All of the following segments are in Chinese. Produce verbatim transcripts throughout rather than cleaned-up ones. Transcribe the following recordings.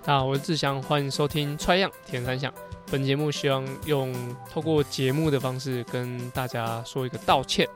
大家好，我是志祥，欢迎收听《Try 样田三项》。本节目希望用透过节目的方式跟大家说一个道歉。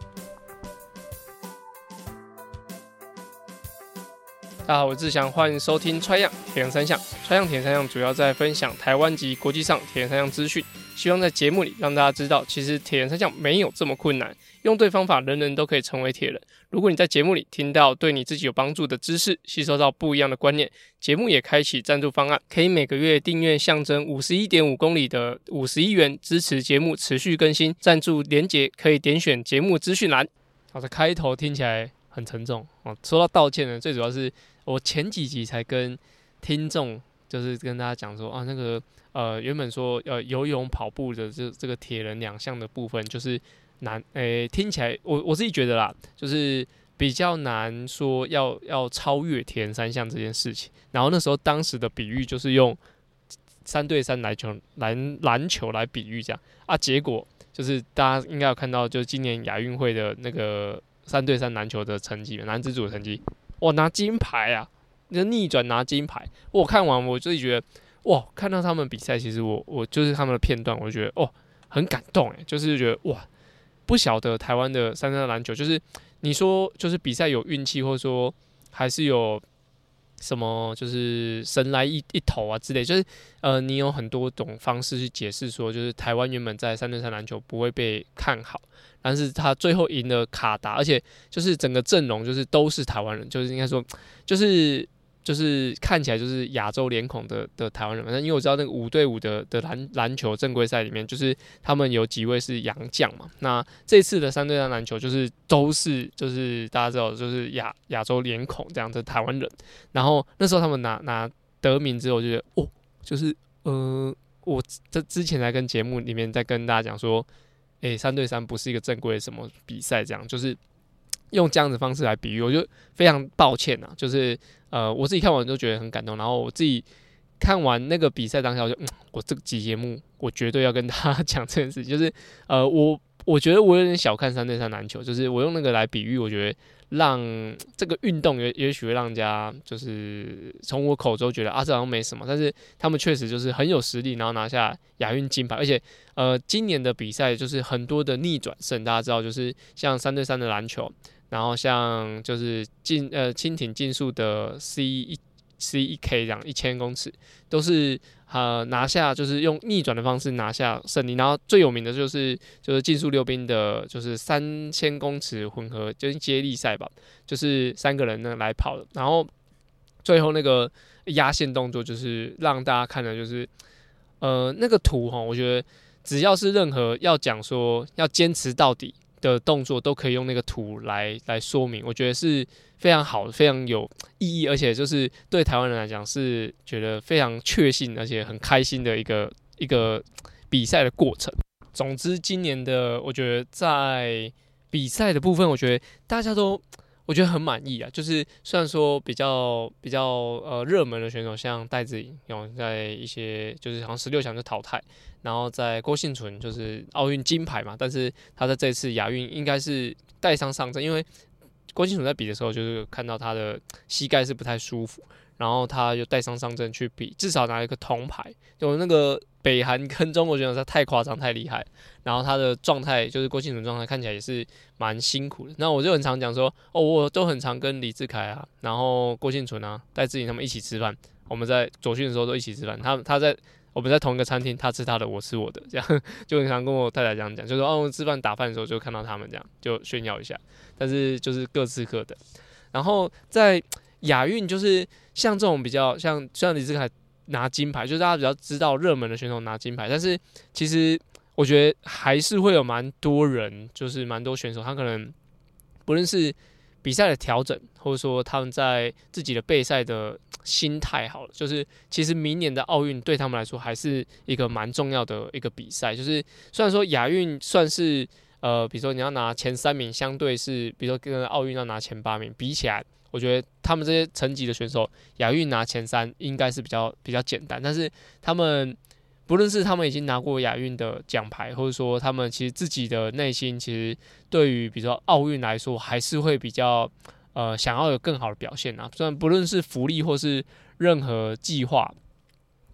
大家好，我是志祥，欢迎收听《Try 样田三项》。Try 样田三项主要在分享台湾及国际上铁人三项资讯，希望在节目里让大家知道，其实铁人三项没有这么困难，用对方法，人人都可以成为铁人。如果你在节目里听到对你自己有帮助的知识，吸收到不一样的观念，节目也开启赞助方案，可以每个月订阅象征 五十一点五 公里的五十一元，支持节目持续更新。赞助连结可以点选节目资讯栏。好的，开头听起来很沉重哦。说到道歉呢，最主要是我前几集才跟听众就是跟大家讲说啊，那个呃原本说呃游泳跑步的这这个铁人两项的部分就是难，诶、欸、听起来我我自己觉得啦，就是比较难说要要超越铁人三项这件事情。然后那时候当时的比喻就是用三对三篮球篮篮球来比喻这样啊，结果就是大家应该有看到，就是今年亚运会的那个三对三篮球的成绩，男子组的成绩，哇，拿金牌啊！就逆转拿金牌，我看完我自己觉得，哇，看到他们比赛，其实我我就是他们的片段，我就觉得哦，很感动哎，就是觉得哇，不晓得台湾的三对三篮球，就是你说就是比赛有运气，或者说还是有什么就是神来一一头啊之类，就是呃，你有很多种方式去解释说，就是台湾原本在三对三篮球不会被看好，但是他最后赢了卡达，而且就是整个阵容就是都是台湾人，就是应该说就是就是看起来就是亚洲脸孔的的台湾人。但因为我知道那个五对五的的篮篮球正规赛里面，就是他们有几位是洋将嘛。那这次的三对三篮球就是都是就是大家知道就是亚亚洲脸孔这样的台湾人。然后那时候他们拿拿得名之后，我就觉得哦，就是呃，我这之前在跟节目里面在跟大家讲说，诶，三对三不是一个正规的什么比赛，这样就是用这样的方式来比喻，我就非常抱歉啊，就是呃，我自己看完就觉得很感动，然后我自己看完那个比赛当下，我就嗯，我这个集节目我绝对要跟大家讲这件事情，就是呃，我我觉得我有点小看三对三篮球，就是我用那个来比喻，我觉得让这个运动也也许会让人家就是从我口中觉得啊，这好像没什么，但是他们确实就是很有实力，然后拿下亚运金牌，而且呃，今年的比赛就是很多的逆转胜，大家知道，就是像三对三的篮球。然后像就是竞呃轻艇竞速的 C 一 C 一 K 这样一千公尺，都是呃拿下就是用逆转的方式拿下胜利。然后最有名的就是就是竞速溜冰的，就是三千公尺混合就是接力赛吧，就是三个人呢来跑的。然后最后那个压线动作就是让大家看的就是呃那个图哈，我觉得只要是任何要讲说要坚持到底的动作都可以用那个图来来说明，我觉得是非常好的，非常有意义，而且就是对台湾人来讲是觉得非常确信，而且很开心的一个一个比赛的过程。总之，今年的我觉得在比赛的部分，我觉得大家都我觉得很满意啊。就是虽然说比较比较呃热门的选手，像戴资颖有在一些就是好像十六强就淘汰。然后在郭婞淳就是奥运金牌嘛，但是他在这次亚运应该是带伤上阵，因为郭婞淳在比的时候就是看到他的膝盖是不太舒服，然后他就带伤上阵去比，至少拿了一个铜牌。就那个北韩跟中国选手他太夸张太厉害，然后他的状态就是郭婞淳状态看起来也是蛮辛苦的。那我就很常讲说，哦，我都很常跟李智凯啊，然后郭婞淳啊、戴资颖他们一起吃饭，我们在左训的时候都一起吃饭，他他在。我们在同一个餐厅，他吃他的，我吃我的，这样就很常跟我太太这样讲，就说哦，吃饭打饭的时候就看到他们这样，就炫耀一下，但是就是各吃各的。然后在亚运，就是像这种比较像，虽然李智凯拿金牌，就是大家比较知道热门的选手拿金牌，但是其实我觉得还是会有蛮多人，就是蛮多选手，他可能不论是比赛的调整，或者说他们在自己的备赛的心态好了，就是其实明年的奥运对他们来说还是一个蛮重要的一个比赛。就是虽然说亚运算是呃，比如说你要拿前三名，相对是比如说跟奥运要拿前八名比起来，我觉得他们这些层级的选手，亚运拿前三应该是比较比较简单。但是他们不论是他们已经拿过亚运的奖牌，或者说他们其实自己的内心，其实对于比如说奥运来说，还是会比较呃想要有更好的表现啊。虽然不论是福利或是任何计划，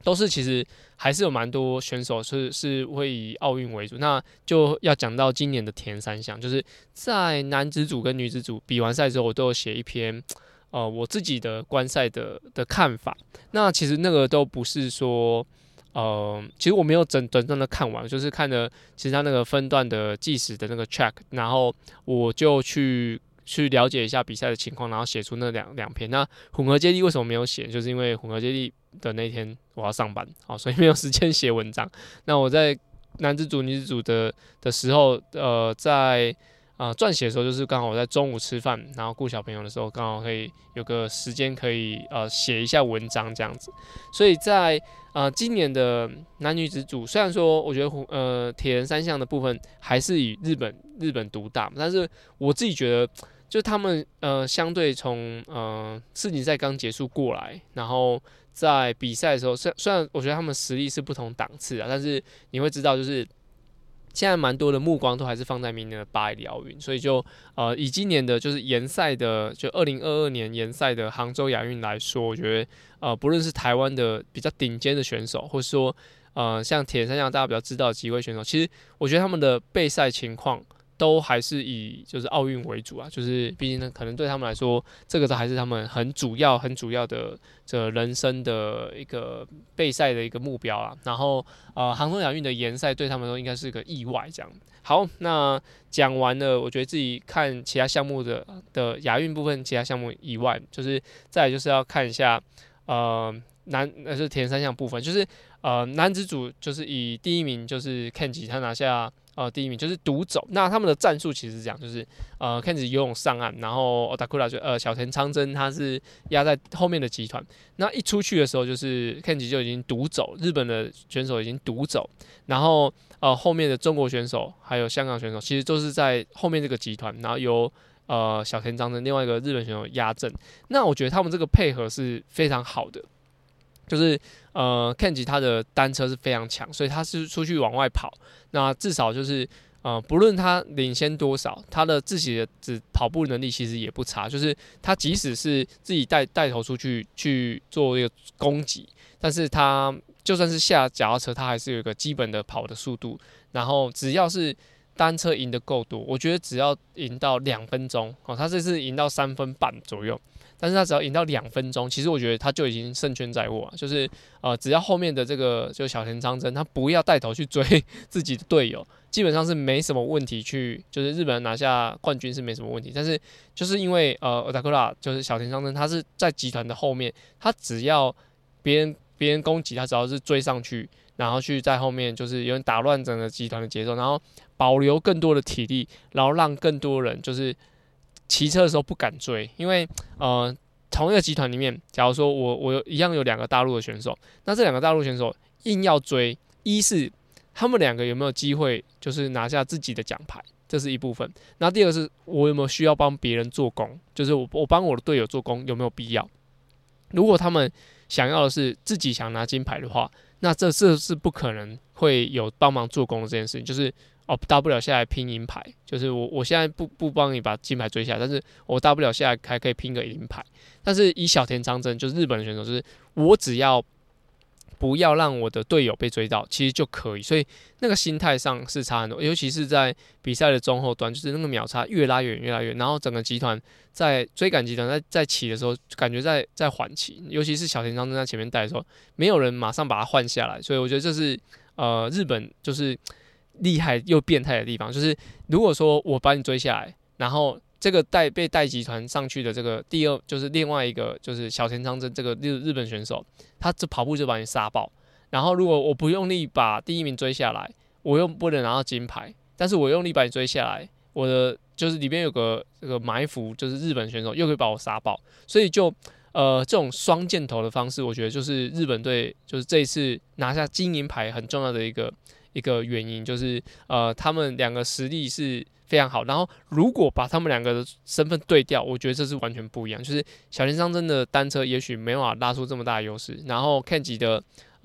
都是其实还是有蛮多选手是是会以奥运为主。那就要讲到今年的田三项，就是在男子组跟女子组比完赛之后，我都有写一篇呃我自己的观赛的的看法。那其实那个都不是说。呃，其实我没有整整段的看完，就是看了其实他那个分段的计时的那个 track， 然后我就去去了解一下比赛的情况，然后写出那两两篇。那混合接力为什么没有写？就是因为混合接力的那天我要上班，好，所以没有时间写文章。那我在男子组、女子组的的时候，呃，在呃撰写的时候，就是刚好我在中午吃饭，然后顾小朋友的时候，刚好可以有个时间可以呃写一下文章这样子。所以在呃，今年的男女子组，虽然说我觉得呃铁人三项的部分还是以日本日本独大，但是我自己觉得，就他们呃相对从呃世锦赛刚结束过来，然后在比赛的时候，虽虽然我觉得他们实力是不同档次啊，但是你会知道就是。现在蛮多的目光都还是放在明年的巴黎奥运，所以就呃以今年的就是延赛的，就二零二二年延赛的杭州亚运来说，我觉得呃不论是台湾的比较顶尖的选手，或是说呃像铁人三项大家比较知道的几位选手，其实我觉得他们的备赛情况都还是以就是奥运为主啊，就是毕竟呢可能对他们来说，这个都还是他们很主要很主要的这人生的一个备赛的一个目标啦。然后呃杭州亚运的延赛对他们都应该是个意外这样。好，那讲完了，我觉得自己看其他项目的的亚运部分，其他项目以外，就是再来就是要看一下呃男呃就是铁人三项部分，就是呃男子组就是以第一名就是 Kenji 他拿下。呃，第一名就是独走。那他们的战术其实是这样，就是呃，Kenji 游泳上岸，然后 Otakura 就呃小田昌真他是压在后面的集团。那一出去的时候，就是 Kenji 就已经独走，日本的选手已经独走，然后呃后面的中国选手还有香港选手，其实都是在后面这个集团，然后由呃小田昌真另外一个日本选手压阵。那我觉得他们这个配合是非常好的。就是呃 ，Kenji 他的单车是非常强，所以他是出去往外跑，那至少就是呃，不论他领先多少，他的自己的只跑步能力其实也不差。就是他即使是自己带带头出去去做一个攻击，但是他就算是下脚踏车，他还是有一个基本的跑的速度。然后只要是单车赢得够多，我觉得只要赢到两分钟哦，他这次赢到三分半左右。但是他只要赢到两分钟，其实我觉得他就已经胜券在握了。就是呃，只要后面的这个就小田昌真，他不要带头去追自己的队友，基本上是没什么问题去。就是日本人拿下冠军是没什么问题，但是就是因为呃 Otakura 就是小田昌真，他是在集团的后面，他只要别人别人攻击，他只要是追上去，然后去在后面就是有点打乱整个集团的节奏，然后保留更多的体力，然后让更多人就是。骑车的时候不敢追，因为呃同一个集团里面，假如说我我一样有两个大陆的选手，那这两个大陆选手硬要追，一是他们两个有没有机会就是拿下自己的奖牌，这是一部分。然后第二个是我有没有需要帮别人做工，就是我我帮我的队友做工有没有必要？如果他们想要的是自己想拿金牌的话，那这这是不可能会有帮忙做工的这件事情，就是。哦，大不了下来拼银牌，就是我我现在不不帮你把金牌追下来，但是我大不了下来还可以拼个银牌。但是以小田昌真就是日本的选手，就是我只要不要让我的队友被追到，其实就可以。所以那个心态上是差很多，尤其是在比赛的中后段，就是那个秒差越拉越远，越拉越远，然后整个集团在追赶集团在在骑的时候，感觉在在缓骑，尤其是小田昌真在前面带的时候，没有人马上把他换下来，所以我觉得这是呃日本就是厉害又变态的地方，就是如果说我把你追下来，然后这个带被带集团上去的这个第二就是另外一个就是小田昌真这个日日本选手，他这跑步就把你杀爆。然后如果我不用力把第一名追下来，我又不能拿到金牌，但是我用力把你追下来，我的就是里面有个这个埋伏，就是日本选手又可以把我杀爆，所以就呃这种双箭头的方式，我觉得就是日本队就是这一次拿下金银牌很重要的一个一个原因，就是呃他们两个实力是非常好，然后如果把他们两个的身份对调，我觉得这是完全不一样。就是小田昌真的单车也许没办法拉出这么大的优势，然后 Kenji 的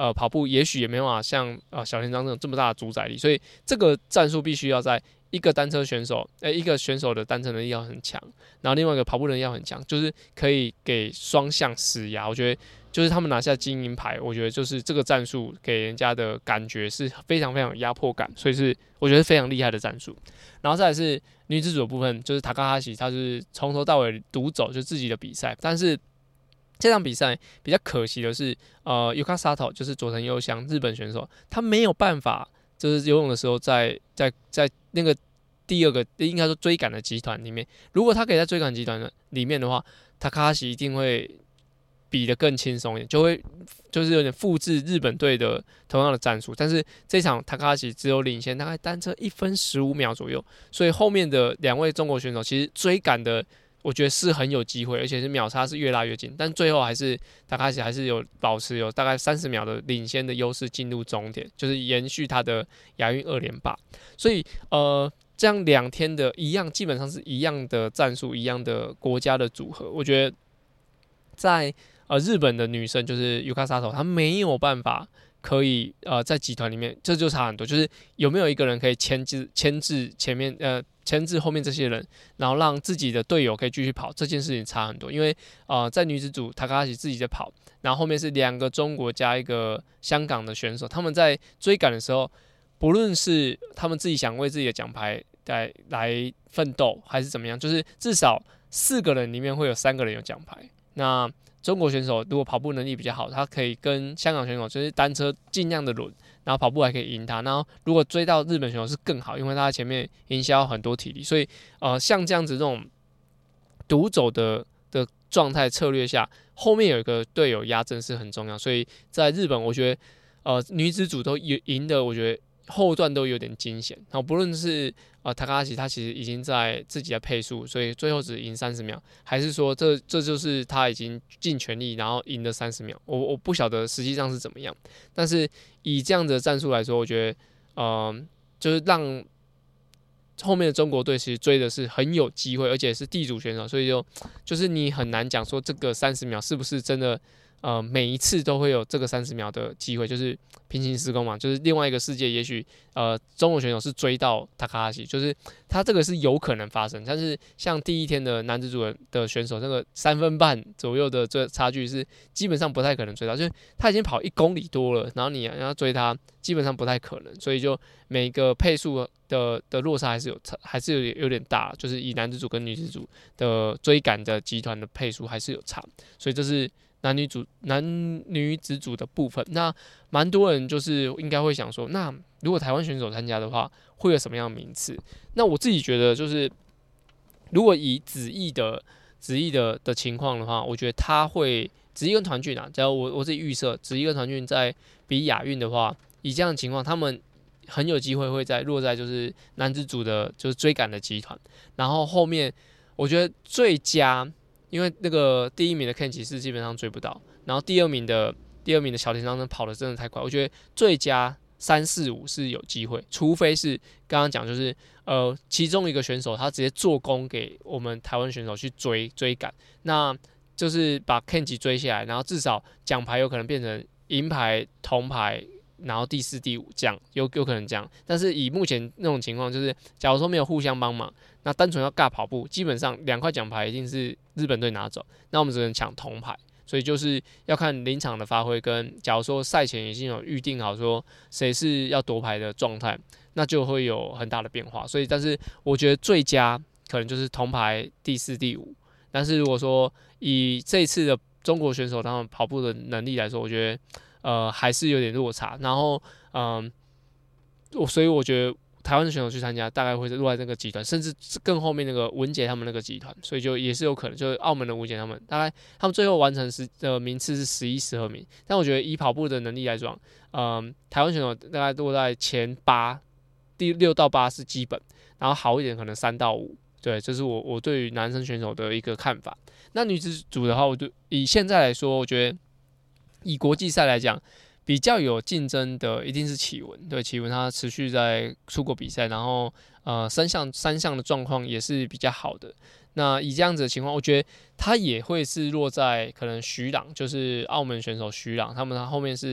呃跑步也许也没办法像呃小田章这种这么大的主宰力，所以这个战术必须要在一个单车选手，呃、欸、一个选手的单车能力要很强，然后另外一个跑步能力要很强，就是可以给双向施压。我觉得就是他们拿下金银牌，我觉得就是这个战术给人家的感觉是非常非常有压迫感，所以是我觉得非常厉害的战术。然后再来是女子组的部分，就是塔卡哈西，她就是从头到尾独走，就自己的比赛。但是这场比赛比较可惜的是，呃，Yuka Sato 就是佐藤优香日本选手，他没有办法，就是游泳的时候在在在那个第二个应该说追赶的集团里面，如果他可以在追赶集团里面的话，塔卡哈西一定会比得更轻松一点，就会就是有点复制日本队的同样的战术。但是这场塔卡哈西只有领先大概单车一分十五秒左右，所以后面的两位中国选手其实追赶的，我觉得是很有机会，而且是秒差是越拉越近。但最后还是塔卡哈西还是有保持有大概三十秒的领先的优势进入终点，就是延续他的亚运二连霸。所以呃。这样两天的一样，基本上是一样的战术，一样的国家的组合。我觉得在呃日本的女生就是 Yuka Sato， 她没有办法可以呃在集团里面，这就差很多。就是有没有一个人可以牵制牵制前面呃牵制后面这些人，然后让自己的队友可以继续跑，这件事情差很多。因为呃在女子组塔卡哈西自己在跑，然后后面是两个中国加一个香港的选手，他们在追赶的时候，不论是他们自己想为自己的奖牌来来奋斗，还是怎么样，就是至少四个人里面会有三个人有奖牌。那中国选手如果跑步能力比较好，他可以跟香港选手就是单车尽量的轮，然后跑步还可以赢他。然后如果追到日本选手是更好，因为他前面营销很多体力，所以呃像这样子这种独走的的状态策略下，后面有一个队友压阵是很重要。所以在日本，我觉得呃女子组都赢的，我觉得后段都有点惊险。然后不论是呃塔卡哈西他其实已经在自己的配速，所以最后只赢三十秒，还是说这这就是他已经尽全力然后赢了三十秒，我我不晓得实际上是怎么样。但是以这样的战术来说，我觉得呃就是让后面的中国队其实追的是很有机会，而且是地主选手，所以就就是你很难讲说这个三十秒是不是真的呃每一次都会有这个三十秒的机会，就是平行时空嘛，就是另外一个世界，也许呃中国选手是追到塔卡哈西，就是他这个是有可能发生。但是像第一天的男子组的选手，那个三分半左右的这差距是基本上不太可能追到，就是他已经跑一公里多了，然后你要追他，基本上不太可能。所以就每个配速的的落差还是有差，还是有点有点大，就是以男子组跟女子组的追赶的集团的配速还是有差，所以这是男女组男女子组的部分。那蛮多人就是应该会想说，那如果台湾选手参加的话，会有什么样的名次？那我自己觉得就是，如果以子毅的子毅的的情况的话，我觉得他会子毅跟团俊啊，假如我我自己预设子毅跟团俊在比亚运的话，以这样的情况，他们很有机会会在落在就是男子组的就是追赶的集团，然后后面我觉得最佳，因为那个第一名的 Kenji 是基本上追不到，然后第二名的第二名的小田章跑的真的太快，我觉得最佳三四五是有机会，除非是刚刚讲就是呃其中一个选手他直接做工给我们台湾选手去追追赶，那就是把 Kenji 追下来，然后至少奖牌有可能变成银牌、铜牌。然后第四、第五这样有有可能这样，但是以目前那种情况，就是假如说没有互相帮忙，那单纯要尬跑步，基本上两块奖牌一定是日本队拿走，那我们只能抢铜牌，所以就是要看临场的发挥，跟假如说赛前已经有预定好说谁是要夺牌的状态，那就会有很大的变化。所以，但是我觉得最佳可能就是铜牌第四、第五，但是如果说以这一次的中国选手他们跑步的能力来说，我觉得。呃，还是有点落差，然后，嗯，我所以我觉得台湾的选手去参加，大概会落在这个集团，甚至更后面那个文杰他们那个集团，所以就也是有可能，就是澳门的文杰他们，大概他们最后完成十的名次是十一、十二名，但我觉得以跑步的能力来讲，嗯，台湾选手大概落在前八，第六到八是基本，然后好一点可能三到五，对，这是我我对于男生选手的一个看法。那女子组的话，我就以现在来说，我觉得。以国际赛来讲，比较有竞争的一定是启文，对，启文他持续在出国比赛，然后呃三项三项的状况也是比较好的。那以这样子的情况，我觉得他也会是落在可能徐朗，就是澳门选手徐朗，他们后面是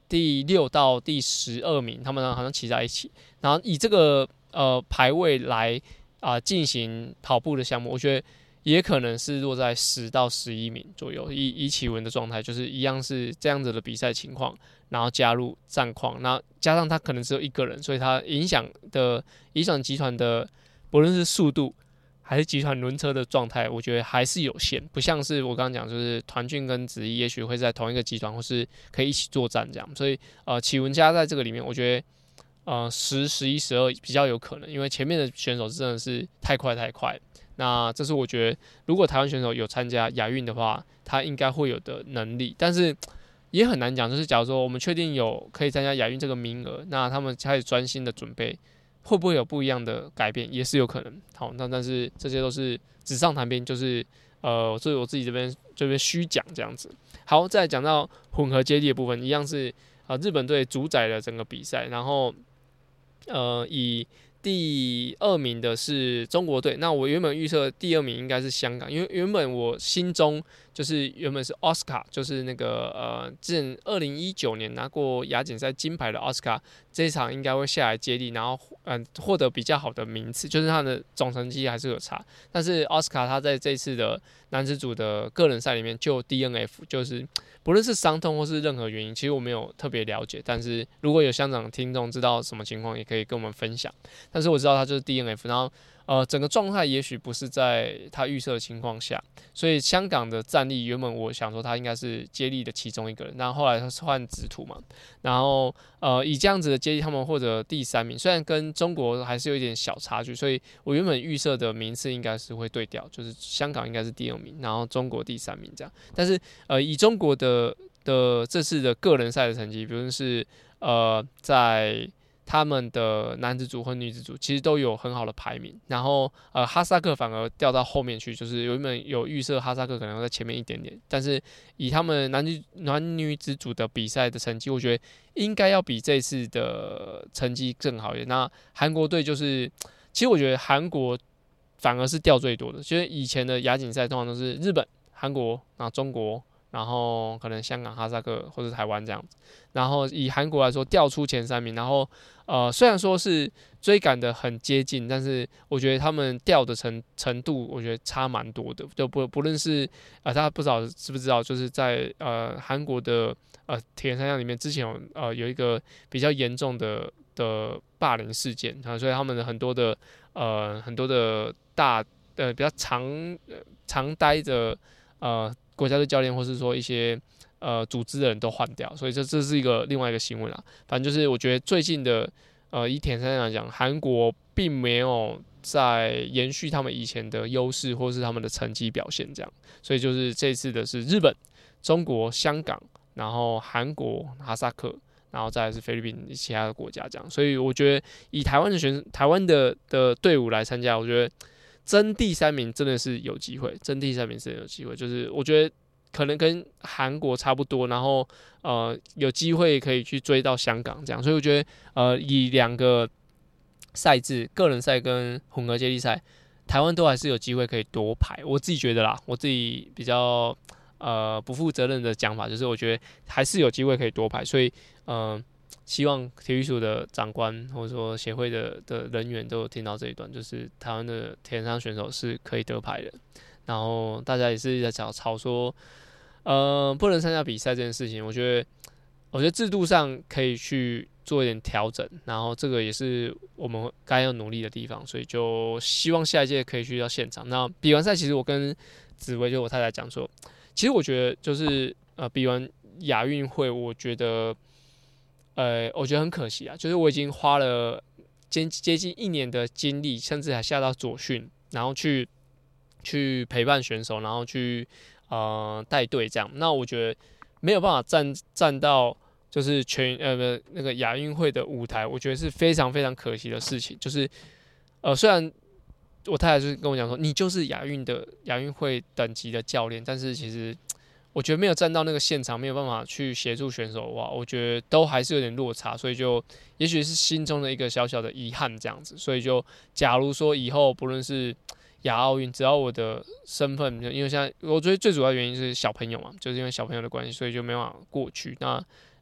第六到第十二名，他们好像骑在一起，然后以这个呃排位来啊进、呃、行跑步的项目，我觉得也可能是落在十到十一名左右。以以启文的状态，就是一样是这样子的比赛情况，然后加入战况，那加上他可能只有一个人，所以他影响的影响集团的不论是速度还是集团轮车的状态，我觉得还是有限，不像是我刚刚讲，就是团俊跟子怡也许会在同一个集团，或是可以一起作战这样。所以呃，启文加在这个里面，我觉得呃十、十一、十二比较有可能，因为前面的选手真的是太快太快。那这是我觉得，如果台湾选手有参加亚运的话，他应该会有的能力，但是也很难讲。就是假如说我们确定有可以参加亚运这个名额，那他们开始专心的准备，会不会有不一样的改变，也是有可能。好，那但是这些都是纸上谈兵，就是呃，所以我自己这边这边虚讲这样子。好，再讲到混合接力的部分，一样是呃日本队主宰了整个比赛，然后呃以第二名的是中国队，那我原本预测第二名应该是香港，因为原本我心中就是原本是奥斯卡，就是那个呃，之前二零一九年拿过亚锦赛金牌的奥斯卡，这一场应该会下来接力，然后嗯获得比较好的名次，就是他的总成绩还是有差。但是奥斯卡他在这次的男子组的个人赛里面就 D N F， 就是不论是伤痛或是任何原因，其实我没有特别了解，但是如果有香港听众知道什么情况，也可以跟我们分享。但是我知道他就是 D N F， 然后呃整个状态也许不是在他预设的情况下，所以香港的战力原本我想说他应该是接力的其中一个人，然后后来他是换直途嘛，然后呃以这样子的接力他们获得第三名，虽然跟中国还是有一点小差距，所以我原本预设的名次应该是会对调，就是香港应该是第二名，然后中国第三名这样。但是呃以中国的的这次的个人赛的成绩，比如是呃在他们的男子组和女子组其实都有很好的排名，然后呃哈萨克反而掉到后面去，就是原本有预设哈萨克可能会在前面一点点，但是以他们男女男女子组的比赛的成绩，我觉得应该要比这次的成绩更好一点。那韩国队就是，其实我觉得韩国反而是掉最多的，就是以前的亚锦赛通常都是日本、韩国，然后中国。然后可能香港、哈萨克或者台湾这样子，然后以韩国来说掉出前三名，然后呃虽然说是追赶的很接近，但是我觉得他们掉的程程度，我觉得差蛮多的，就不不论是啊、呃、大家不知道知不知道，就是在呃韩国的呃铁人三项里面，之前有呃有一个比较严重的的霸凌事件啊，所以他们的很多的呃很多的大呃比较长呃长待的呃。国家队教练，或是说一些呃组织的人都换掉，所以这这是一个另外一个新闻啦。反正就是我觉得最近的呃以铁人三项来讲，韩国并没有在延续他们以前的优势，或是他们的成绩表现这样。所以就是这次的是日本、中国、香港，然后韩国、哈萨克，然后再来是菲律宾其他的国家这样。所以我觉得以台湾的选台湾的的队伍来参加，我觉得。争第三名真的是有机会，争第三名是有机会，就是我觉得可能跟韩国差不多，然后呃有机会可以去追到香港这样，所以我觉得呃以两个赛制，个人赛跟混合接力赛，台湾都还是有机会可以夺牌。我自己觉得啦，我自己比较呃不负责任的讲法，就是我觉得还是有机会可以夺牌，所以嗯。呃希望体育署的长官或者说协会的的人员都有听到这一段，就是台湾的铁人三项选手是可以得牌的。然后大家也是在吵吵说，呃，不能参加比赛这件事情，我觉得，我觉得制度上可以去做一点调整，然后这个也是我们该要努力的地方，所以就希望下一届可以去到现场。那比完赛，其实我跟紫薇就我太太讲说，其实我觉得就是呃，比完亚运会，我觉得。呃，我觉得很可惜啊，就是我已经花了接接近一年的精力，甚至还下到左训，然后去去陪伴选手，然后去呃带队这样。那我觉得没有办法站站到就是全呃那个亚运会的舞台，我觉得是非常非常可惜的事情。就是呃虽然我太太就是跟我讲说，你就是亚运的亚运会等级的教练，但是其实。我觉得没有站到那个现场，没有办法去协助选手的话，我觉得都还是有点落差，所以就也许是心中的一个小小的遗憾这样子。所以就假如说以后不论是亚奥运，只要我的身份，因为现在我觉得最主要的原因是小朋友嘛，就是因为小朋友的关系，所以就没办法过去。那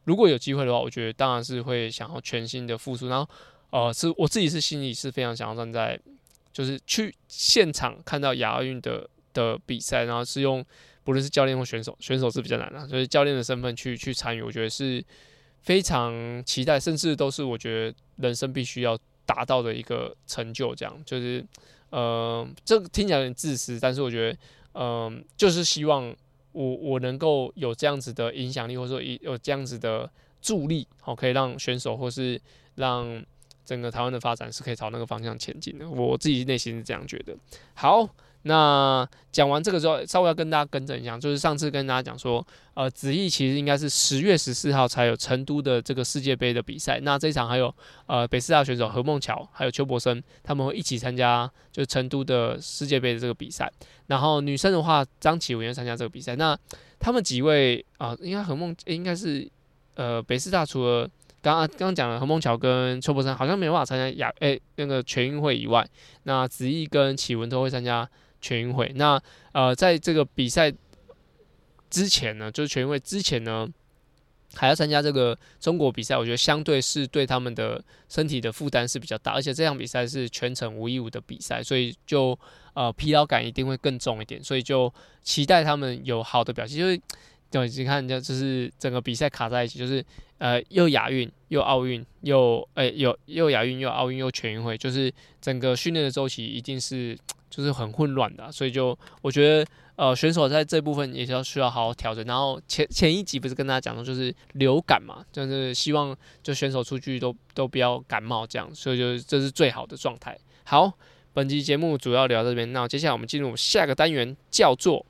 如果有机会的话，我觉得当然是会想要全新的复出，然后呃，是我自己是心里是非常想要站在，就是去现场看到亚奥运的的比赛，然后是用不论是教练或选手，选手是比较难的，所以教练的身份去去参与，我觉得是非常期待，甚至都是我觉得人生必须要达到的一个成就，这样就是呃，这个听起来有点自私，但是我觉得嗯、呃，就是希望。我我能够有这样子的影响力，或者说有这样子的助力，好，可以让选手或是让整个台湾的发展是可以朝那个方向前进的。我自己内心是这样觉得。好，那讲完这个之后，稍微要跟大家更正一下，就是上次跟大家讲说，呃，子毅其实应该是十月十四号才有成都的这个世界杯的比赛。那这一场还有呃北师大选手何梦乔还有邱柏生，他们会一起参加就是成都的世界杯的这个比赛。然后女生的话，张启文也参加这个比赛。那他们几位啊、呃，应该何梦应该是呃北师大除了刚刚刚讲的何梦乔跟邱柏生好像没有办法参加亚诶、欸、那个全运会以外，那子毅跟启文都会参加全运会。那呃在这个比赛之前呢，就是全运会之前呢，还要参加这个中国比赛，我觉得相对是对他们的身体的负担是比较大，而且这场比赛是全程五一五的比赛，所以就呃疲劳感一定会更重一点，所以就期待他们有好的表现。就是对，你看，就是整个比赛卡在一起，就是呃又亚运又奥运又诶、欸、有又亚运又奥运又全运会，就是整个训练的周期一定是就是很混乱的、啊，所以就我觉得。呃，选手在这部分也是要需要好好调整。然后前前一集不是跟大家讲的，就是流感嘛，就是希望就选手出去都都不要感冒这样，所以就这是最好的状态。好，本期节目主要聊到这边，那接下来我们进入下个单元，叫做。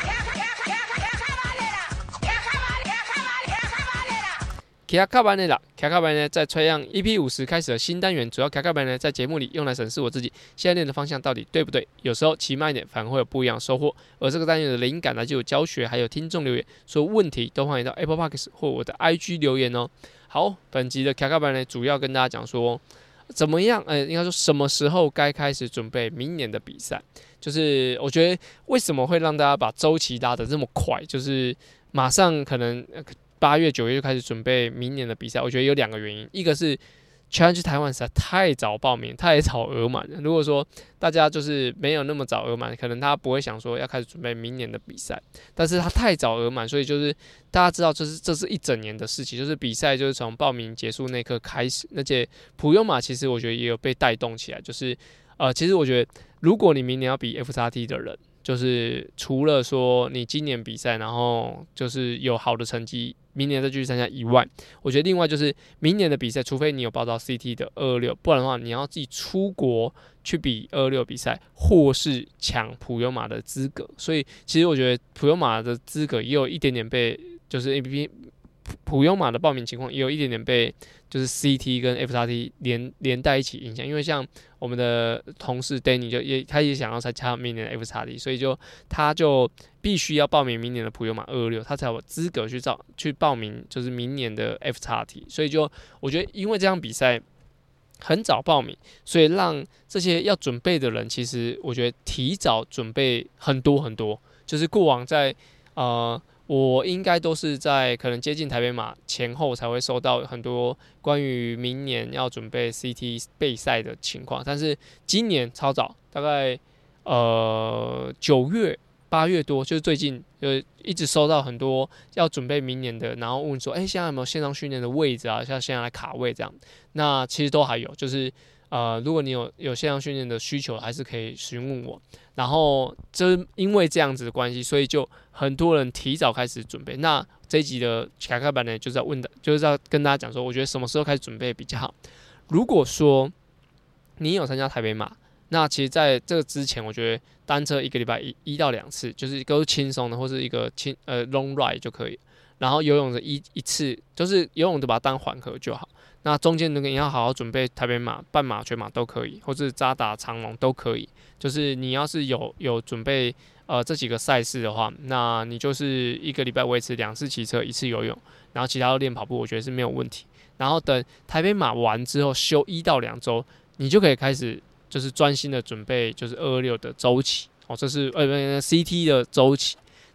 卡卡班的啦，卡卡班呢，在吹样 E P 五十开始的新单元，主要卡卡班呢，在节目里用来审视我自己现在练的方向到底对不对。有时候骑慢一点，反而会有不一样的收获。而这个单元的灵感来自有教学，还有听众留言，所有问题都欢迎到 Apple Podcast 或我的 I G 留言哦。好，本集的卡卡班呢，主要跟大家讲说，怎么样？呃，应该说什么时候该开始准备明年的比赛？就是我觉得为什么会让大家把周期拉得这么快，就是马上可能。八月、九月就开始准备明年的比赛，我觉得有两个原因，一个是 Challenge 台湾实在太早报名，太早额满了。如果说大家就是没有那么早额满，可能他不会想说要开始准备明年的比赛，但是他太早额满，所以就是大家知道这是这是一整年的事情，就是比赛就是从报名结束那刻开始，而且普悠玛其实我觉得也有被带动起来，就是呃，其实我觉得如果你明年要比 F X T 的人。就是除了说你今年比赛，然后就是有好的成绩，明年再继续参加以外，我觉得另外就是明年的比赛，除非你有报到 C T 的二二六，不然的话你要自己出国去比二二六比赛，或是抢普悠玛的资格。所以其实我觉得普悠玛的资格也有一点点被，就是 A P P 普悠玛的报名情况也有一点点被就是 C T 跟 F X T 连连带一起影响，因为像我们的同事 Danny 就也他也想要参加明年的 F X T， 所以就他就必须要报名明年的普悠玛二二六，他才有资格去照去报名就是明年的 F X T。所以就我觉得因为这场比赛很早报名，所以让这些要准备的人，其实我觉得提早准备很多很多，就是过往在呃。我应该都是在可能接近台北马前后才会收到很多关于明年要准备 C T 备赛的情况，但是今年超早，大概呃九月八月多，就是最近就一直收到很多要准备明年的，然后问说，哎、欸，现在有没有线上训练的位置啊？像现在来卡位这样，那其实都还有，就是呃，如果你有有线上训练的需求，还是可以询问我。然后就是因为这样子的关系，所以就很多人提早开始准备。那这一集的卡卡版呢，就是要问的，就是要跟大家讲说，我觉得什么时候开始准备比较好。如果说你有参加台北马，那其实在这个之前，我觉得单车一个礼拜一一到两次，就是都是轻松的，或是一个轻呃 long ride 就可以。然后游泳的一一次，就是游泳的把它当缓和就好。那中间那个你要好好准备台北马、半马、全马都可以，或是渣打、长龙都可以。就是你要是有有准备呃这几个赛事的话，那你就是一个礼拜维持两次骑车，一次游泳，然后其他都练跑步，我觉得是没有问题。然后等台北马完之后休一到两周，你就可以开始就是专心的准备就是二二六的周期哦，这是呃 C T 的周期。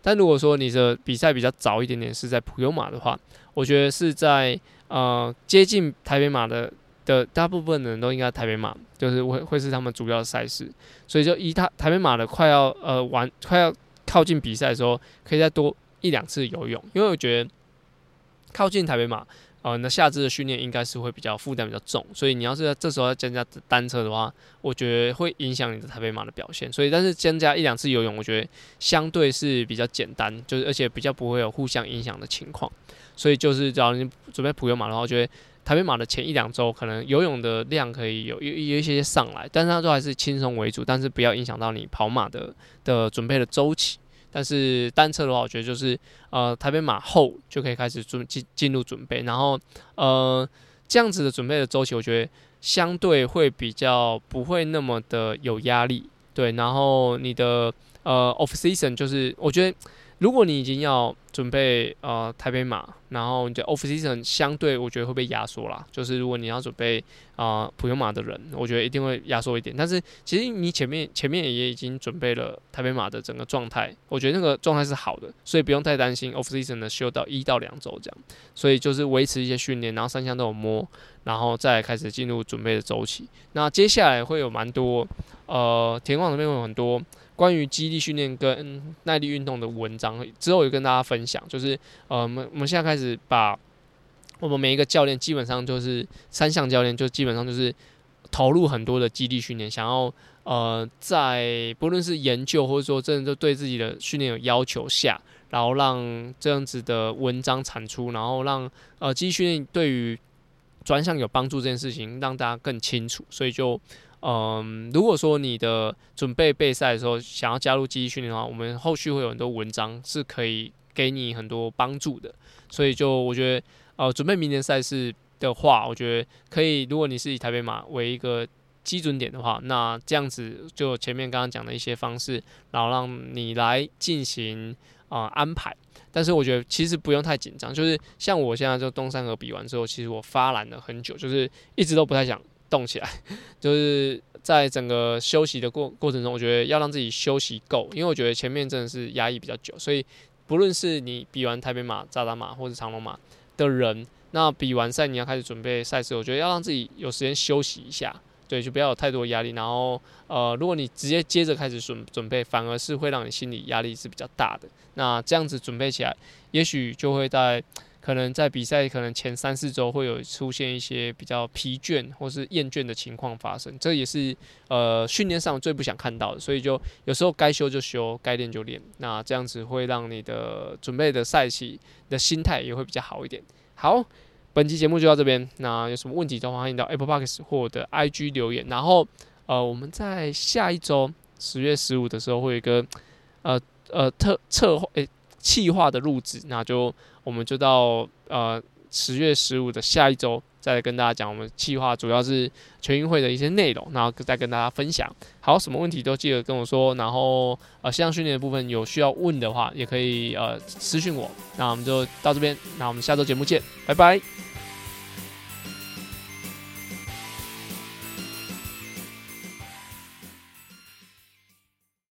但如果说你的比赛比较早一点点是在普悠玛的话，我觉得是在呃接近台北马的的大部分的人都应该台北马，就是会会是他们主要的赛事，所以就以他台北马的快要呃完快要靠近比赛的时候，可以再多一两次游泳，因为我觉得靠近台北马。呃，那下肢的训练应该是会比较负担比较重，所以你要是在这时候要增加单车的话，我觉得会影响你的台北马的表现。所以，但是增加一两次游泳，我觉得相对是比较简单，就是而且比较不会有互相影响的情况。所以就是只要你准备普悠马的话，我觉得台北马的前一两周可能游泳的量可以有有有一些些上来，但是它都还是轻松为主，但是不要影响到你跑马的的准备的周期。但是单车的话，我觉得就是呃台北马后就可以开始进进入准备，然后呃这样子的准备的周期，我觉得相对会比较不会那么的有压力，对。然后你的呃 off season 就是我觉得如果你已经要准备呃台北马，然后你的 off season 相对我觉得会被压缩啦，就是如果你要准备啊、呃、普悠马的人，我觉得一定会压缩一点。但是其实你前面前面也已经准备了台北马的整个状态，我觉得那个状态是好的，所以不用太担心 off season 的休到一到两周这样。所以就是维持一些训练，然后三项都有摸，然后再开始进入准备的周期。那接下来会有蛮多呃田况那边会有很多。关于肌力训练跟耐力运动的文章，之后有跟大家分享，就是呃，我们我们现在开始把我们每一个教练基本上就是三项教练，就基本上就是投入很多的肌力训练，想要呃在不论是研究或者说真的就对自己的训练有要求下，然后让这样子的文章产出，然后让呃肌力训练对于专项有帮助这件事情让大家更清楚，所以就。嗯，如果说你的准备备赛的时候想要加入肌力训练的话，我们后续会有很多文章是可以给你很多帮助的。所以就我觉得，呃，准备明年赛事的话，我觉得可以。如果你是以台北马为一个基准点的话，那这样子就前面刚刚讲的一些方式，然后让你来进行啊、呃、安排。但是我觉得其实不用太紧张，就是像我现在就东山河比完之后，其实我发懒了很久，就是一直都不太想。动起来，就是在整个休息的过过程中，我觉得要让自己休息够，因为我觉得前面真的是压抑比较久，所以不论是你比完台北马、渣打马或者长龙马的人，那比完赛你要开始准备赛事，我觉得要让自己有时间休息一下，对，就不要有太多压力。然后呃，如果你直接接着开始准准备，反而是会让你心理压力是比较大的。那这样子准备起来，也许就会在。可能在比赛可能前三四周会有出现一些比较疲倦或是厌倦的情况发生，这也是呃训练上最不想看到的，所以就有时候该休就休，该练就练，那这样子会让你的准备的赛期的心态也会比较好一点。好，本期节目就到这边，那有什么问题的话，欢迎到 Apple Podcast 或我的 I G 留言，然后呃我们在下一周十月十五的时候会有一个呃呃特策划诶企划的录制，那就。我们就到呃十月十五的下一周，再来跟大家讲我们企划主要是全运会的一些内容，然后再跟大家分享。好，什么问题都记得跟我说，然后呃线上训练的部分有需要问的话，也可以呃私讯我。那我们就到这边，那我们下周节目见，拜拜。